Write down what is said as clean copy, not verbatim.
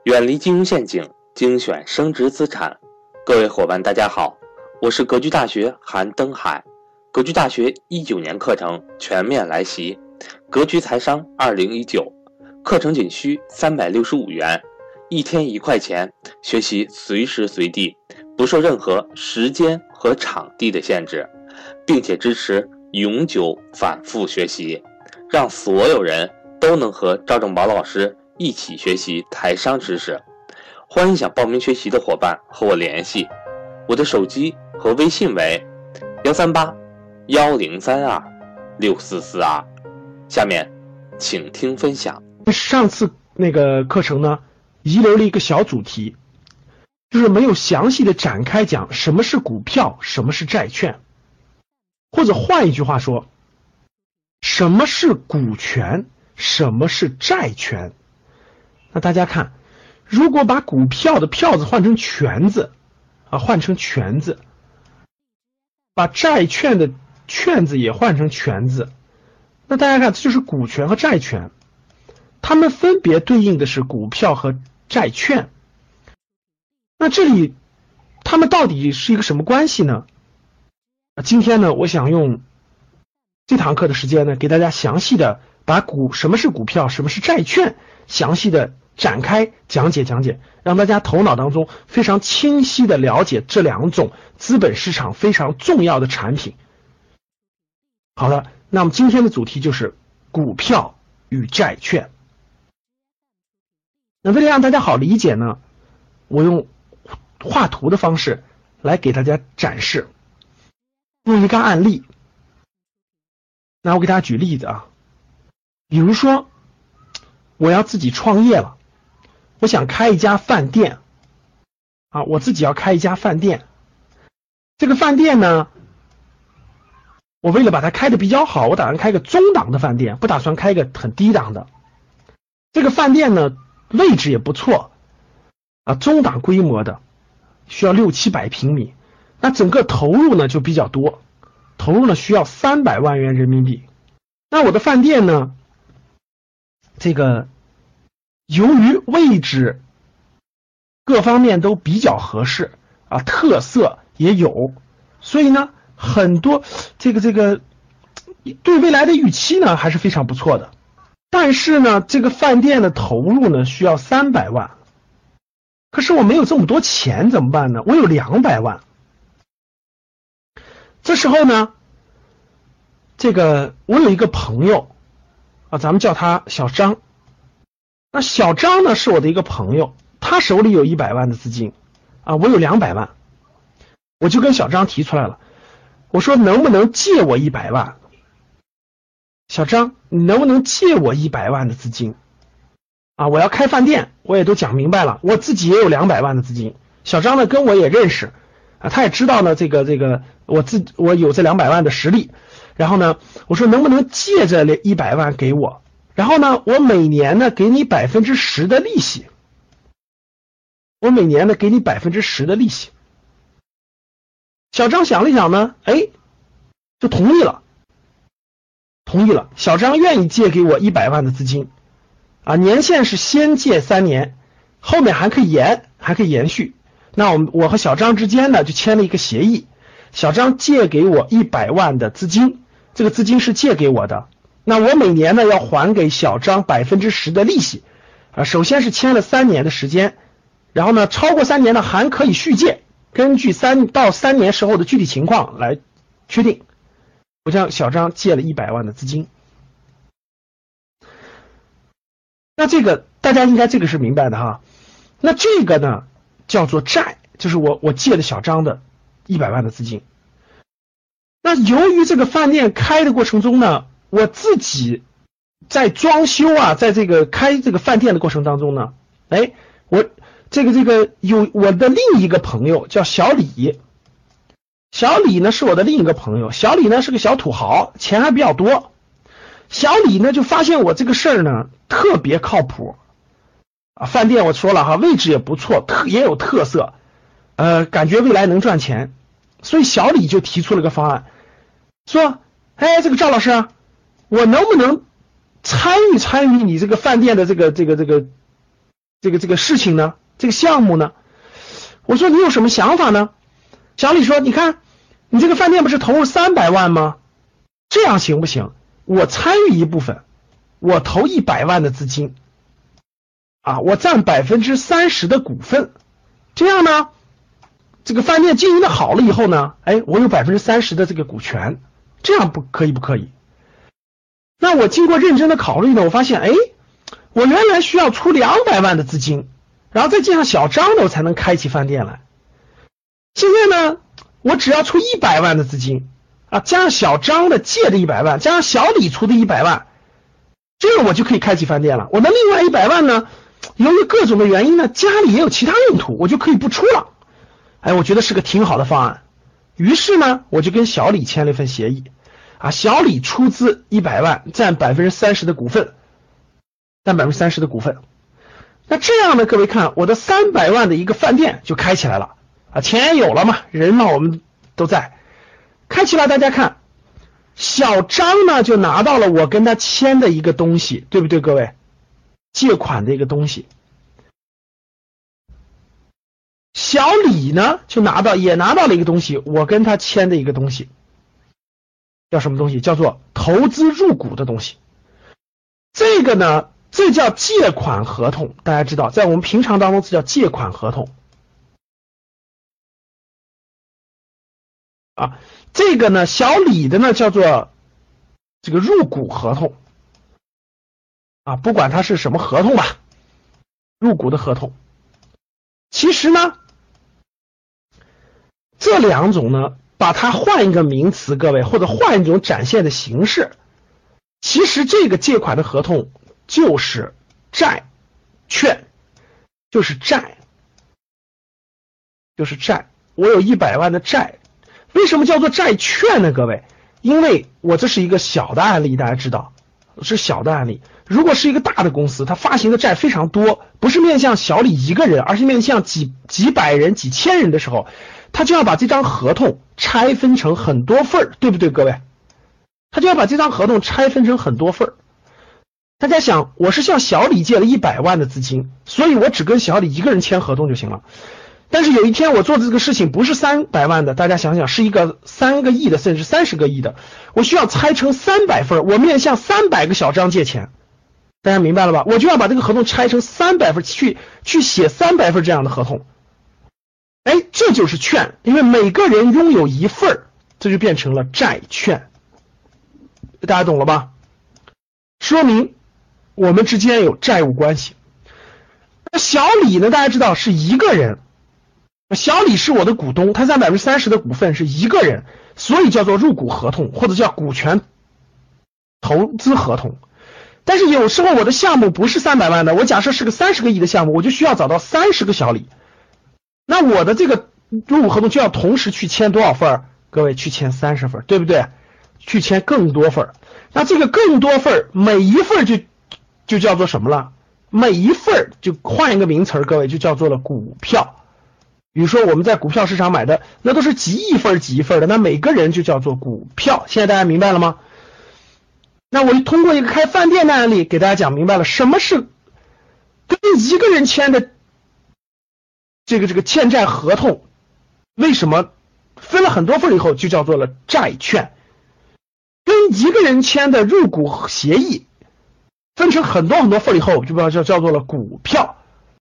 远离金融陷阱，精选升值资产。各位伙伴大家好，我是格局大学韩登海。格局大学19年课程全面来袭，格局财商2019课程仅需365元，一天1块钱，学习随时随地，不受任何时间和场地的限制，并且支持永久反复学习，让所有人都能和赵正宝老师一起学习台商知识。欢迎想报名学习的伙伴和我联系，我的手机和微信为138-1032-6442。下面请听分享。 上次那个课程呢，遗留了一个小主题，就是没有详细的展开讲什么是股票，什么是债券，或者换一句话说，什么是股权，什么是债权。那大家看，如果把股票的票字换成权字换成权字，把债券的券字也换成权字，那大家看，这就是股权和债权，它们分别对应的是股票和债券。那这里它们到底是一个什么关系呢？今天呢，我想用这堂课的时间呢，给大家详细的把什么是股票，什么是债券，详细的展开讲解，让大家头脑当中非常清晰的了解这两种资本市场非常重要的产品。好了，那么今天的主题就是股票与债券。那为了让大家好理解呢，我用画图的方式来给大家展示，用一个案例。那我给大家举例子啊，比如说我要自己创业了，我想开一家饭店我自己要开一家饭店。这个饭店呢，我为了把它开得比较好，我打算开个中档的饭店，不打算开个很低档的。这个饭店呢，位置也不错中档规模的，需要600-700平米。那整个投入呢就比较多，投入呢需要300万元人民币。那我的饭店呢，这个由于位置各方面都比较合适特色也有，所以呢很多这个对未来的预期呢还是非常不错的。但是呢，这个饭店的投入呢需要300万，可是我没有这么多钱怎么办呢？我有200万。这时候呢，我有一个朋友咱们叫他小张。那小张呢是我的一个朋友，他手里有100万的资金我有200万。我就跟小张提出来了，我说能不能借我100万？小张，你能不能借我100万的资金我要开饭店，我也都讲明白了，我自己也有200万的资金。小张呢跟我也认识他也知道呢我有这200万的实力。然后呢，我说能不能借这100万给我，然后呢我每年呢给你10%的利息，小张想了想呢，就同意了。小张愿意借给我100万的资金年限是先借3年，后面还可以延续。那我和小张之间呢就签了一个协议，小张借给我100万的资金，这个资金是借给我的，那我每年呢要还给小张10%的利息首先是签了3年的时间，然后呢超过3年呢还可以续借，根据3到3年时候的具体情况来确定。我向小张借了100万的资金。那这个大家应该这个是明白的哈。那这个呢叫做债，就是我借了小张的100万的资金。那由于这个饭店开的过程中呢，我自己在装修在这个开这个饭店的过程当中呢，我有我的另一个朋友叫小李。小李呢是我的另一个朋友，小李呢是个小土豪，钱还比较多。小李呢就发现我这个事儿呢特别靠谱饭店我说了位置也不错，也有特色感觉未来能赚钱。所以小李就提出了个方案，说这个赵老师我能不能参与你这个饭店的这个这个事情呢，这个项目呢？我说你有什么想法呢？小李说，你看你这个饭店不是投入300万吗？这样行不行？我参与一部分，我投100万的资金啊，我占30%的股份，这样呢，这个饭店经营的好了以后呢，我有30%的这个股权，这样不可以？那我经过认真的考虑呢，我发现，我原来需要出200万的资金，然后再加上小张的，我才能开起饭店来。现在呢，我只要出100万的资金啊，加上小张的借的100万，加上小李出的100万，这个我就可以开起饭店了。我的另外100万呢，由于各种的原因呢，家里也有其他用途，我就可以不出了。我觉得是个挺好的方案。于是呢，我就跟小李签了一份协议啊，小李出资100万，占30%的股份，那这样呢，各位看，我的300万的一个饭店就开起来了啊，钱也有了嘛，人嘛我们都在，开起来。大家看，小张呢就拿到了我跟他签的一个东西，对不对各位？借款的一个东西。小李呢就也拿到了一个东西，我跟他签的一个东西，叫什么东西？叫做投资入股的东西。这个呢，这叫借款合同，大家知道，在我们平常当中这叫借款合同啊。这个呢，小李的呢叫做这个入股合同啊，不管它是什么合同吧，入股的合同。其实呢，这两种呢，把它换一个名词，各位，或者换一种展现的形式，其实这个借款的合同就是债券，就是债。我有100万的债，为什么叫做债券呢？各位，因为我这是一个小的案例，大家知道是小的案例。如果是一个大的公司，它发行的债非常多，不是面向小李一个人，而是面向几百人、几千人的时候，他就要把这张合同拆分成很多份，对不对各位？他就要把这张合同拆分成很多份。大家想，我是向小李借了100万的资金，所以我只跟小李一个人签合同就行了。但是有一天我做的这个事情不是300万的，大家想想，是一个3个亿的，甚至30个亿的，我需要拆成300份，我面向300个小张借钱，大家明白了吧？我就要把这个合同拆成300份，去写300份这样的合同。这就是券，因为每个人拥有一份，这就变成了债券。大家懂了吧？说明我们之间有债务关系。那小李呢，大家知道是一个人，小李是我的股东，他占30%的股份，是一个人，所以叫做入股合同，或者叫股权投资合同。但是有时候我的项目不是300万的，我假设是个30个亿的项目，我就需要找到30个小李，那我的这个入股合同就要同时去签多少份？各位，去签30份，对不对？去签更多份。那这个更多份，每一份就叫做什么了？每一份就换一个名词，各位，就叫做了股票。比如说我们在股票市场买的，那都是几亿份的，那每个人就叫做股票。现在大家明白了吗？那我通过一个开饭店的案例给大家讲明白了，什么是跟一个人签的这个欠债合同，为什么分了很多份以后就叫做了债券？跟一个人签的入股协议分成很多份以后就叫做了股票。